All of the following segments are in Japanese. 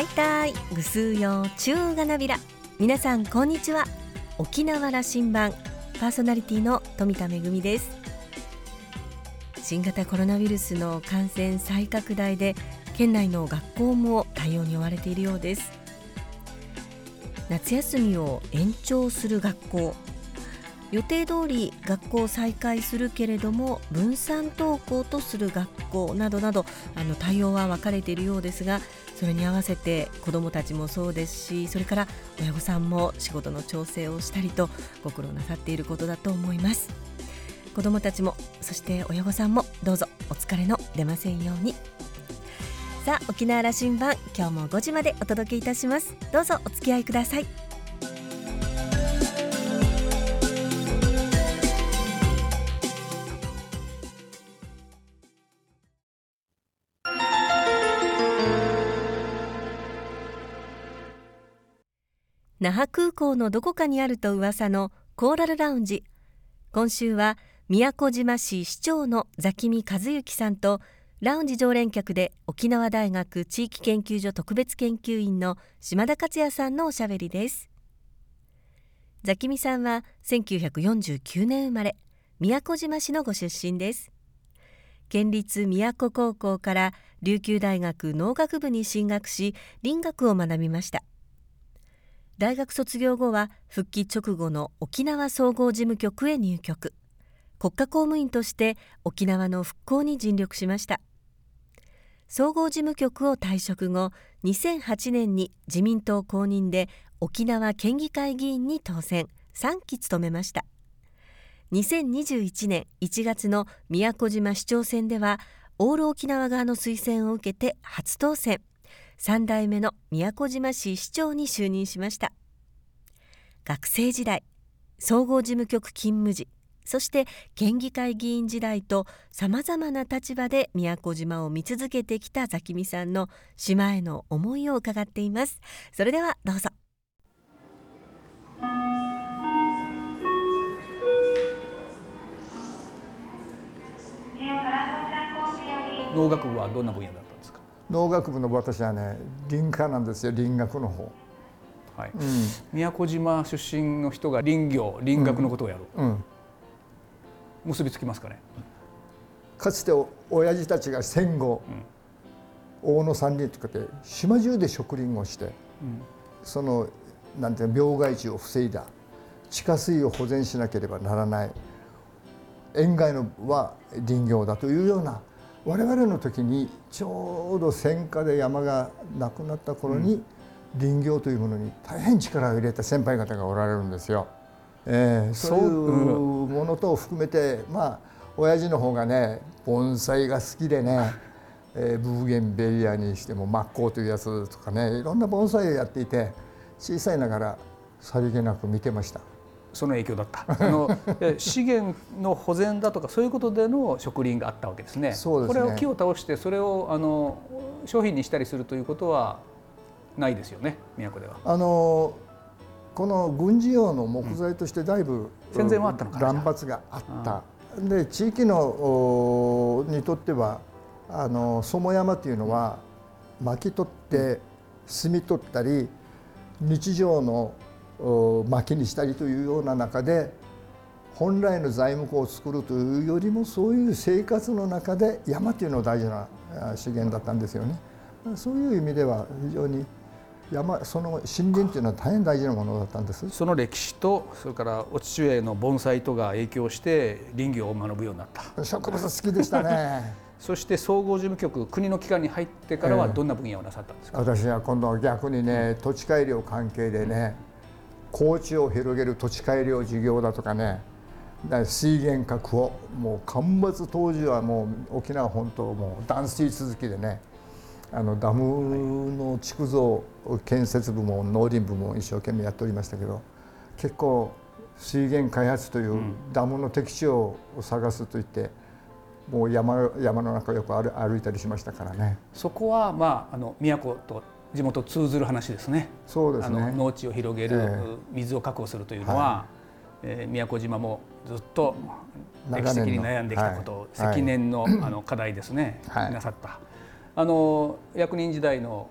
はいたいぐすうようちゅうがなびら。皆さんこんにちは。沖縄羅針盤パーソナリティの富田恵です。新型コロナウイルスの感染再拡大で県内の学校も対応に追われているようです。夏休みを延長する学校、予定通り学校を再開するけれども分散登校とする学校などなど対応は分かれているようですが、それに合わせて子どもたちもそうですし、それから親御さんも仕事の調整をしたりとご苦労なさっていることだと思います。子どもたちもそして親御さんもどうぞお疲れの出ませんように。さあ、沖縄羅針盤、今日も5時までお届けいたします。どうぞお付き合いください。那覇空港のどこかにあると噂のコーラルラウンジ。今週は宮古島市市長の座喜味和幸さんとラウンジ常連客で沖縄大学地域研究所特別研究員の島田克也さんのおしゃべりです。座喜味さんは1949年生まれ、宮古島市のご出身です。県立宮古高校から琉球大学農学部に進学し、林学を学びました。大学卒業後は復帰直後の沖縄総合事務局へ入局。国家公務員として沖縄の復興に尽力しました。総合事務局を退職後、2008年に自民党公認で沖縄県議会議員に当選、3期務めました。2021年1月の宮古島市長選ではオール沖縄側の推薦を受けて初当選、3代目の宮古島市市長に就任しました。学生時代、総合事務局勤務時、そして県議会議員時代とさまざまな立場で宮古島を見続けてきた座喜味さんの島への思いを伺っています。それではどうぞ。 農学部はどんな分野だったんですか？ 農学部の私はね、林科なんですよ。林学の方、 はい。宮古島出身の人が林業、林学のことをやる、結びつきますかね？ かつて親父たちが戦後、大野山林とかで島中で植林をして、そのなんていうの、病害虫を防いだ、地下水を保全しなければならない、塩害のは林業だというような、我々の時にちょうど戦火で山がなくなった頃に、林業というものに大変力を入れた先輩方がおられるんですよ。そういうものと含めて、親父の方がね、盆栽が好きでね、ブーゲンベリアにしてもマッコウというやつとかね、いろんな盆栽をやっていて、小さいながらさりげなく見てました。 その影響だった。資源の保全だとかそういうことでの植林があったわけですね。 そうですね。 これを木を倒してそれを商品にしたりするということはないですよね、宮古では。 この軍事用の木材としてだいぶ戦前はあったのかな。 乱発があった。で地域のにとっては園山というのは巻き取って炭取ったり日常の薪にしたりというような中で、本来の材木を作るというよりもそういう生活の中で山というのは大事な資源だったんですよね。そういう意味では非常にその森林というのは大変大事なものだったんです。 その歴史とそれからお父上の盆栽とが影響して林業を学ぶようになった。 植物好きでしたね。 そして総合事務局、国の機関に入ってからはどんな分野をなさったんですか？ 私は今度は逆にね、土地改良関係でね、高地を広げる土地改良事業だとかね、水源確保、もう干ばつ当時はもう沖縄本島もう断水続きでね、ダムの築造建設部も農林部も一生懸命やっておりましたけど、結構水源開発というダムの適地を探すといって、もう山の中よく歩いたりしましたからね。 そこは宮古と地元通ずる話ですね。 そうですね。 農地を広げる、水を確保するというのは、宮古島もずっと歴史的に悩んできたことを、積年の課題ですね、なさった。役人時代の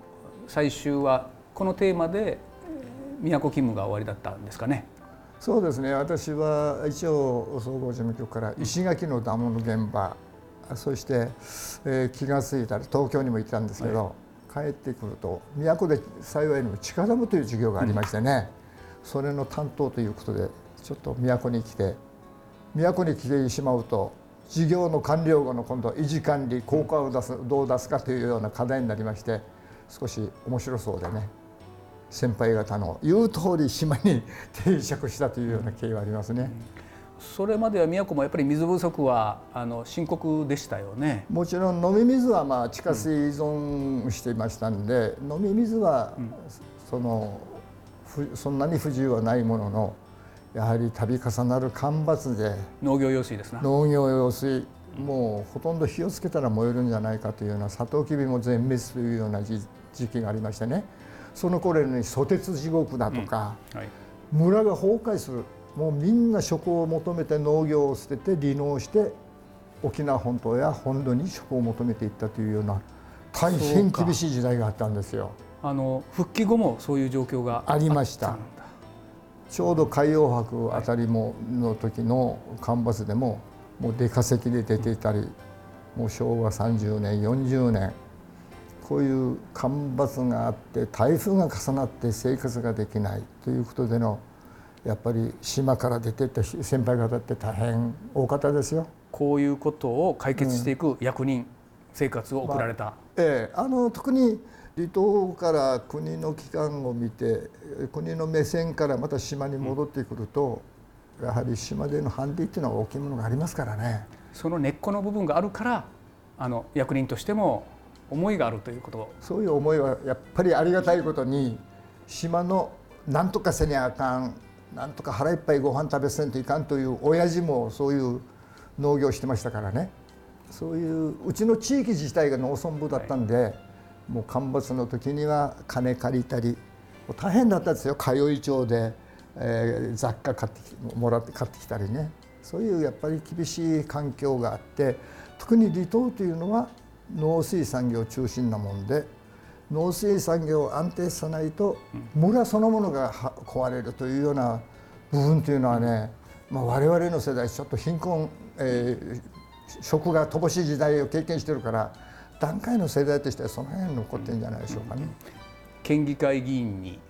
最終はこのテーマで宮古勤務が終わりだったんですかね。 そうですね。私は一応総合事務局から石垣のダムの現場、そして、気が付いたら東京にも行ったんですけど、帰ってくると宮古で幸いにも地下ダムという授業がありましてね、それの担当ということでちょっと宮古に来てしまうと事業の完了後の今度は維持管理効果をどう出すかというような課題になりまして、少し面白そうでね、先輩方の言う通り島に定着したというような経緯はありますね。 それまでは宮古もやっぱり水不足は深刻でしたよね。 もちろん飲み水は地下水依存していましたんで、飲み水はそんなに不自由はないものの、やはり度重なる干ばつで農業用水ですな。 農業用水もうほとんど火をつけたら燃えるんじゃないかというような、サトウキビも全滅というような時期がありましてね、その頃にソテツ地獄だとか、村が崩壊する。もうみんな職を求めて農業を捨てて離農して沖縄本島や本土に職を求めていったというような大変厳しい時代があったんですよ。 復帰後もそういう状況がありました。ちょうど海洋博あたりの時の干ばつでももう出稼ぎで出ていたり、もう昭和30年40年こういう干ばつがあって台風が重なって生活ができないということでの、やっぱり島から出ていった先輩方って大変多かったですよ。 こういうことを解決していく役人生活を送られた。 特に離島から国の機関を見て、国の目線からまた島に戻ってくると、やはり島でのハンディっていうのは大きいものがありますからね。 その根っこの部分があるから役人としても思いがあるということ。 そういう思いはやっぱりありがたいことに、島のなんとかせにあかん、なんとか腹いっぱいご飯食べせんといかんという親父もそういう農業してましたからね。そういううちの地域自体が農村部だったんで、もう干ばつの時には金借りたり大変だったんですよ。通い町で、雑貨買ってきたりね、そういうやっぱり厳しい環境があって、特に離島というのは農水産業中心なもんで、農水産業を安定さないと村そのものが壊れるというような部分というのはね、我々の世代ちょっと貧困、食が乏しい時代を経験してるから、団塊の世代としてはその辺残ってるんじゃないでしょうかね。 県議会議員に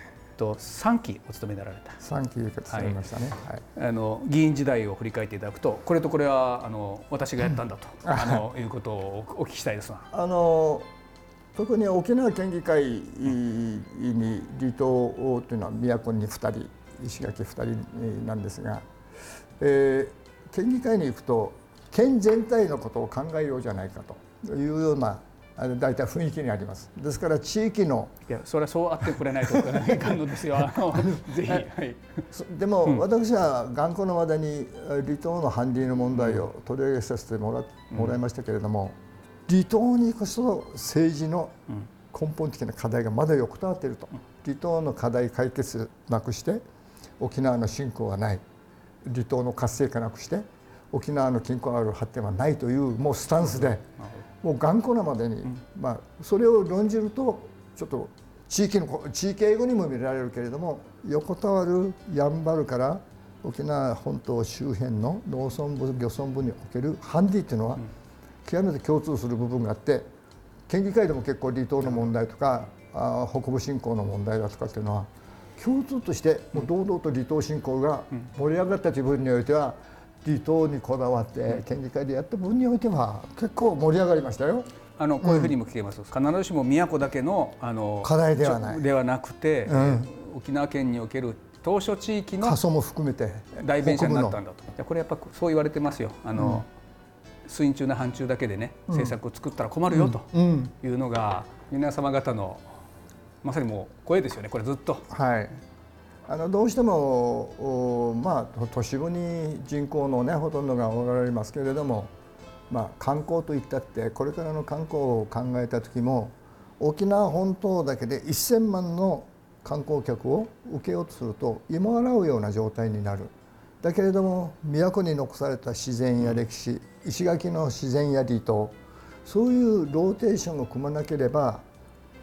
3期お務めになられた。 3期務めましたね。 議員時代を振り返っていただくと、これとこれは私がやったんだということをお聞きしたいですが。 特に沖縄県議会に離島というのは宮古に2人、石垣2人なんですが、県議会に行くと県全体のことを考えようじゃないかというような大体雰囲気にあります。ですから地域の、 いやそれはそうあってくれないといかんのですよ。ぜひ、はい、 でも、私は頑固のまでに離島のハンディの問題を取り上げさせてもらいましたけれども、離島にこそ政治の根本的な課題がまだ横たわっていると。離島の課題解決なくして沖縄の振興はない、離島の活性化なくして沖縄の均衡ある発展はないというもうスタンスで、もう頑固なまでに、それを論じるとちょっと地域英語にも見られるけれども、横たわるやんばるから沖縄本島周辺の農村部漁村部におけるハンディっていうのは極めて共通する部分があって、県議会でも結構離島の問題とか北部振興の問題だとかっていうのは共通としてもう堂々と離島振興が盛り上がった自分においては、離島にこだわって県議会でやった分においては結構盛り上がりましたよ。 こういうふうにも聞けます。必ずしも宮古だけの課題ではないではなくて、沖縄県における島嶼地域の過疎も含めて代弁者になったんだと。これやっぱそう言われてますよ。水中な範疇だけでね、政策を作ったら困るよというのが皆様方のまさにもう声ですよね。これずっと。 はい。どうしても都市部に人口のねほとんどがおられますけれども、観光といったってこれからの観光を考えた時も沖縄本島だけで1000万の観光客を受けようとすると芋洗うような状態になる。だけれども宮古に残された自然や歴史、石垣の自然や離島、そういうローテーションを組まなければ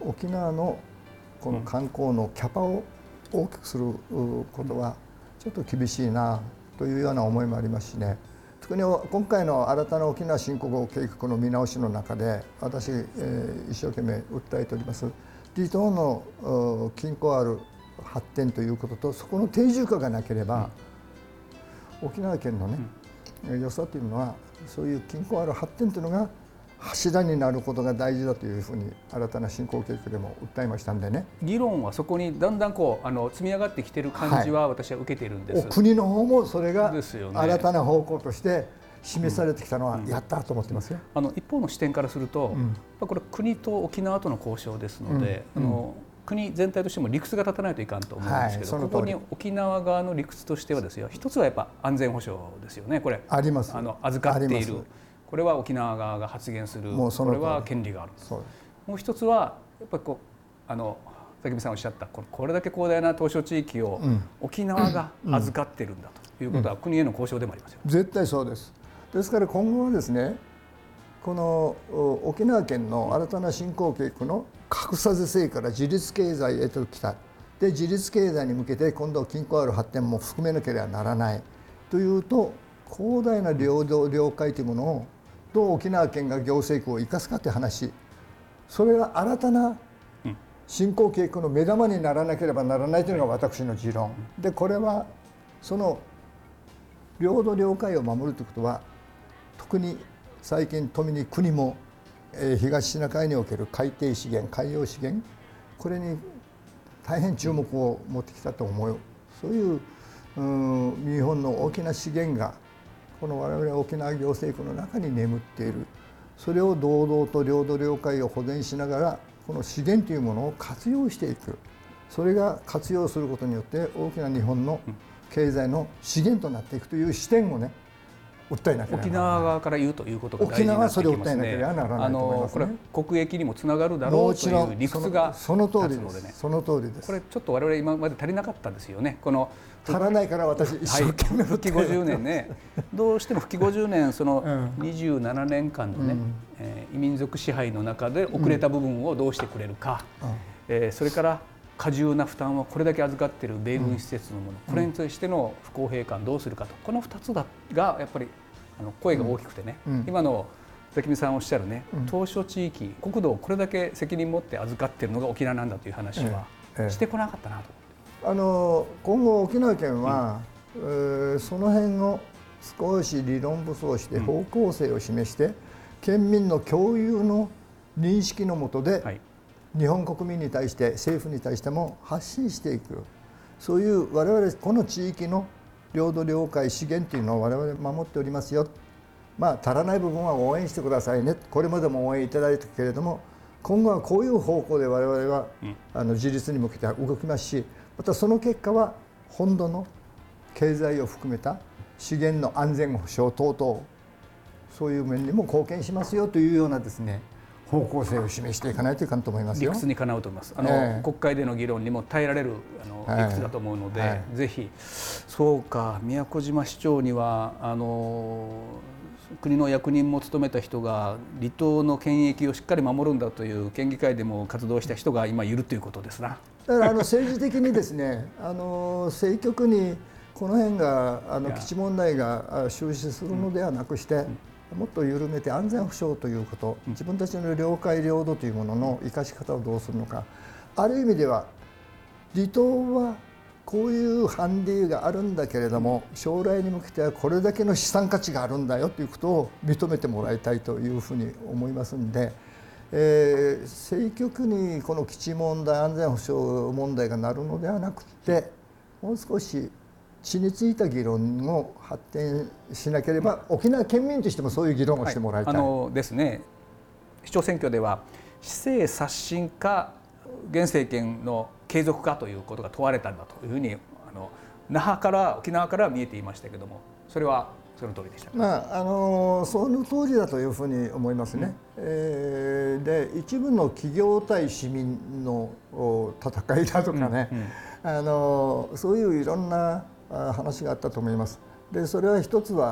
沖縄のこの観光のキャパを大きくすることはちょっと厳しいなというような思いもありますしね。特に今回の新たな沖縄振興計画の見直しの中で私、一生懸命訴えております離島の均衡ある発展ということと、そこの定住化がなければ、沖縄県のね、良さというのはそういう均衡ある発展というのが柱になることが大事だというふうに新たな振興計画でも訴えましたんでね。 議論はそこにだんだんこう積み上がってきている感じは私は受けているんです。 国の方もそれが新たな方向として示されてきたのはやったと思ってますよ。 一方の視点からすると、これ国と沖縄との交渉ですので、国全体としても理屈が立たないといかんと思うんですけど、ここに沖縄側の理屈としてはですよ、一つはやっぱ安全保障ですよね。これあります。 預かっている、これは沖縄側が発言する、これは権利がある。もう一つはやっぱりこう崎見さんおっしゃったこれだけ広大な島しょ地域を沖縄が預かっているんだということは国への交渉でもありますよ。 絶対そうです。ですから今後はですね、この沖縄県の新たな振興計画の格差是正から自立経済へときた。で自立経済に向けて今度は均衡ある発展も含めなければならないというと、広大な領土領海というものをどう沖縄県が行政区を生かすかという話、それが新たな振興計画の目玉にならなければならないというのが私の持論で、これはその領土領海を守るということは、特に最近国も東シナ海における海底資源、海洋資源、これに大変注目を持ってきたと思う。そういう日本の大きな資源がこの我々沖縄行政区の中に眠っている。それを堂々と領土領海を保全しながらこの資源というものを活用していく。それが活用することによって大きな日本の経済の資源となっていくという視点をね、訴えなければならない。沖縄側から言うということが大事になってきますね。沖縄はそれを訴えなければならないと思いますね。これ国益にもつながるだろうという理屈が立つのでね。 その通りです。 これちょっと我々今まで足りなかったんですよね。 足らないから私一生懸命復帰50年ね、どうしても復帰50年その27年間のね、異民族支配の中で遅れた部分をどうしてくれるか、それから過重な負担をこれだけ預かっている米軍施設のもの、これに対しての不公平感どうするかと、この2つがやっぱり声が大きくてね、今の関見さんおっしゃるね、島しょ地域国土をこれだけ責任持って預かっているのが沖縄なんだという話はしてこなかったなと。 今後沖縄県は、その辺を少し理論武装して方向性を示して、県民の共有の認識の下で、日本国民に対して政府に対しても発信していく、そういう我々この地域の領土領海資源というのを我々守っておりますよ。足らない部分は応援してくださいね。これまでも応援いただいたけれども、今後はこういう方向で我々は自立に向けて動きますし、またその結果は本土の経済を含めた資源の安全保障等々、そういう面にも貢献しますよというようなですね、方向性を示していかないといかんと思いますよ。 理屈にかなうと思います。国会での議論にも耐えられる理屈だと思うので、ぜひそうか、宮古島市長には国の役人も務めた人が離島の権益をしっかり守るんだという県議会でも活動した人が今いるということですな。 だから政治的にですね、政局にこの辺が基地問題が終始するのではなくして、もっと緩めて安全保障ということ、自分たちの領海領土というものの生かし方をどうするのか、ある意味では離島はこういうハンディがあるんだけれども、将来に向けてはこれだけの資産価値があるんだよということを認めてもらいたいというふうに思いますんで、政局にこの基地問題、安全保障問題がなるのではなくて、もう少し地についた議論を発展しなければ、沖縄県民としてもそういう議論をしてもらいたい。 ですね、市長選挙では市政刷新か現政権の継続かということが問われたんだというふうに那覇から沖縄から見えていましたけども、それはその通りでしたか。 その通りだというふうに思いますね。で、一部の企業対市民の戦いだとかね、そういういろんな話があったと思います。で、それは一つは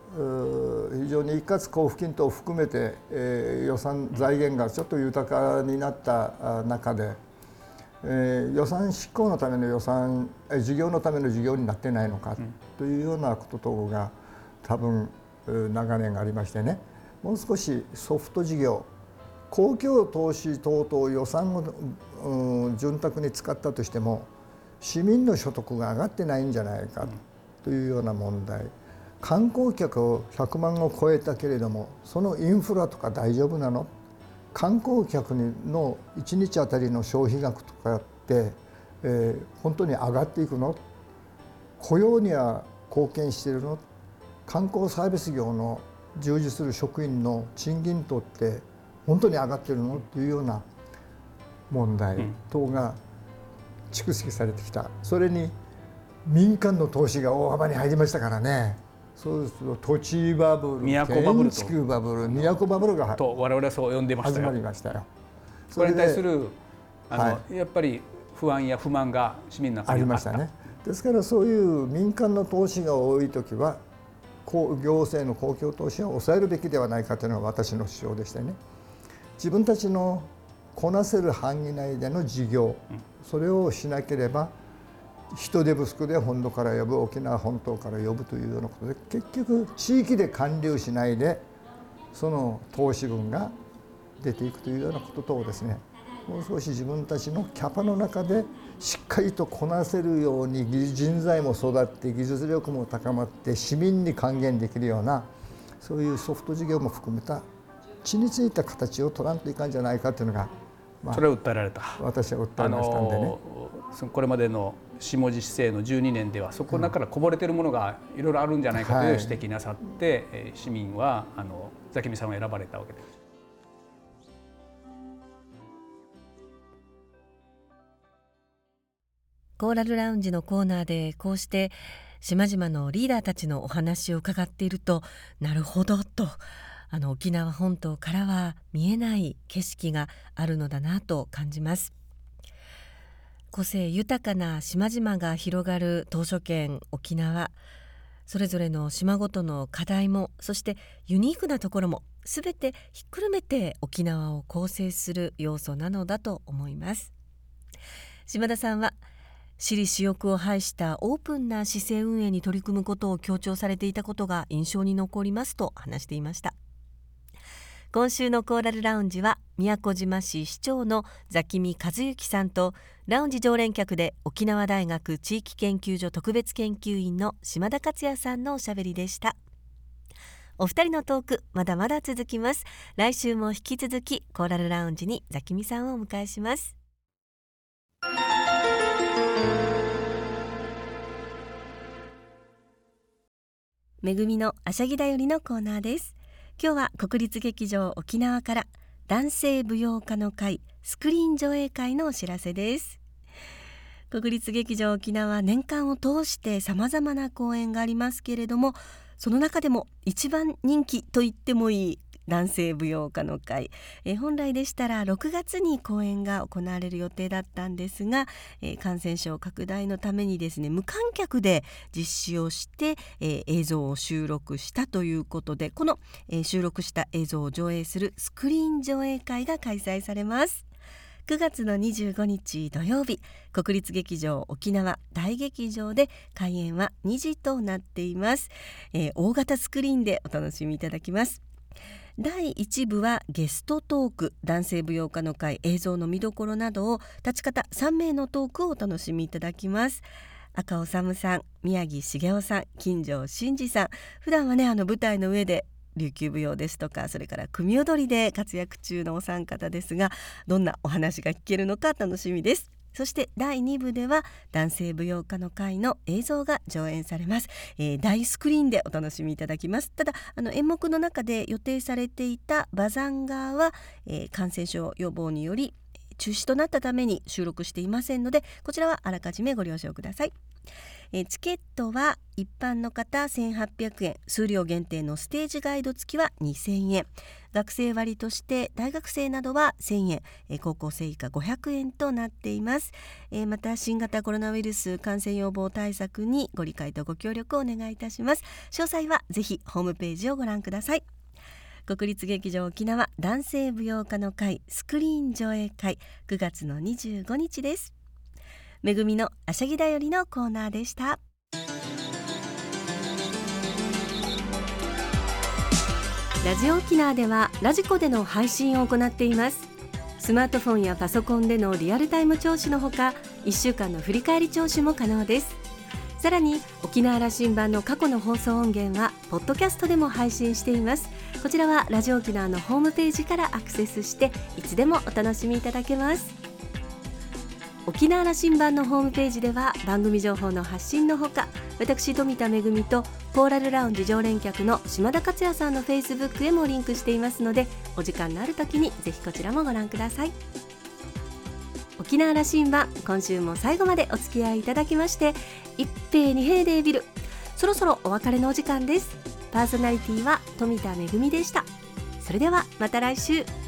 非常に一括交付金等を含めて、予算財源がちょっと豊かになった中で、予算執行のための予算、事業のための事業になってないのかというようなこと等が多分長年ありましてね、もう少しソフト事業、公共投資等々予算を潤沢に使ったとしても市民の所得が上がってないんじゃないかというような問題、観光客を100万を超えたけれどもそのインフラとか大丈夫なの、観光客の1日あたりの消費額とかって、本当に上がっていくの、雇用には貢献しているの、観光サービス業の従事する職員の賃金等って本当に上がっているのというような問題等が蓄積されてきた。それに民間の投資が大幅に入りましたからね。そうですと土地バブル、建築バブル、都バブルがと我々はそう呼んでましたよ。 始まりましたよ。 それに対するやっぱり不安や不満が市民の中にありましたね。ですからそういう民間の投資が多いときは行政の公共投資を抑えるべきではないかというのが私の主張でしてね、自分たちのこなせる範囲内での事業、それをしなければ人手不足で本土から呼ぶ、沖縄本島から呼ぶというようなことで結局地域で還流しないでその投資分が出ていくというようなこととですね、もう少し自分たちのキャパの中でしっかりとこなせるように人材も育って技術力も高まって市民に還元できるようなそういうソフト事業も含めた地についた形を取らんといかんじゃないかというのが、 それを訴えられた。 私は訴えましたんでね。 これまでの下地市政の12年ではそこの中からこぼれているものがいろいろあるんじゃないかという指摘なさって、市民はザキミさんを選ばれたわけです。 コーラルラウンジのコーナーでこうして島々のリーダーたちのお話を伺っていると、なるほどと沖縄本島からは見えない景色があるのだなと感じます。個性豊かな島々が広がる島しょ県沖縄、それぞれの島ごとの課題もそしてユニークなところもすべてひっくるめて沖縄を構成する要素なのだと思います。島田さんは私利私欲を排したオープンな市政運営に取り組むことを強調されていたことが印象に残りますと話していました。今週のコーラルラウンジは宮古島市市長のザキミ和幸さんとラウンジ常連客で沖縄大学地域研究所特別研究員の島田克也さんのおしゃべりでした。お二人のトークまだまだ続きます。来週も引き続きコーラルラウンジにザキミさんをお迎えします。めぐみのあしゃぎだよりのコーナーです。今日は国立劇場沖縄から男性舞踊家の会スクリーン上映会のお知らせです。国立劇場沖縄年間を通してさまざまな公演がありますけれども、その中でも一番人気と言ってもいい男性舞踊家の会、本来でしたら6月に公演が行われる予定だったんですが、感染症拡大のためにですね無観客で実施をして、映像を収録したということで、この、収録した映像を上映するスクリーン上映会が開催されます。9月の25日土曜日、国立劇場沖縄大劇場で開演は2時となっています。大型スクリーンでお楽しみいただきます。第1部はゲストトーク、男性舞踊家の会映像の見どころなどを立ち方3名のトークをお楽しみいただきます。赤尾治さん、宮城茂雄さん、金城真司さん、普段はね舞台の上で琉球舞踊ですとか、それから組踊りで活躍中のお三方ですが、どんなお話が聞けるのか楽しみです。そして第2部では男性舞踊家の会の映像が上演されます。大スクリーンでお楽しみいただきます。ただ演目の中で予定されていたバザンガーは、感染症予防により中止となったために収録していませんので、こちらはあらかじめご了承ください。 チケットは一般の方1800円、数量限定のステージガイド付きは2000円、学生割として大学生などは1000円、高校生以下500円となっています。また新型コロナウイルス感染予防対策にご理解とご協力をお願いいたします。詳細はぜひホームページをご覧ください。国立劇場沖縄男性舞踊家の会スクリーン上映会、9月の25日です。めぐみのあしゃぎだよりのコーナーでした。ラジオ沖縄ではラジコでの配信を行っています。スマートフォンやパソコンでのリアルタイム聴取のほか、1週間の振り返り聴取も可能です。さらに沖縄羅針盤の過去の放送音源はポッドキャストでも配信しています。こちらはラジオ沖縄のホームページからアクセスしていつでもお楽しみいただけます。沖縄羅針盤のホームページでは番組情報の発信のほか、私富田恵とコーラルラウンジ常連客の島田克也さんのフェイスブックへもリンクしていますので、お時間のある時にぜひこちらもご覧ください。沖縄羅針盤、今週も最後までお付き合いいただきまして一平二平デービル、そろそろお別れのお時間です。パーソナリティは富田恵でした。それではまた来週。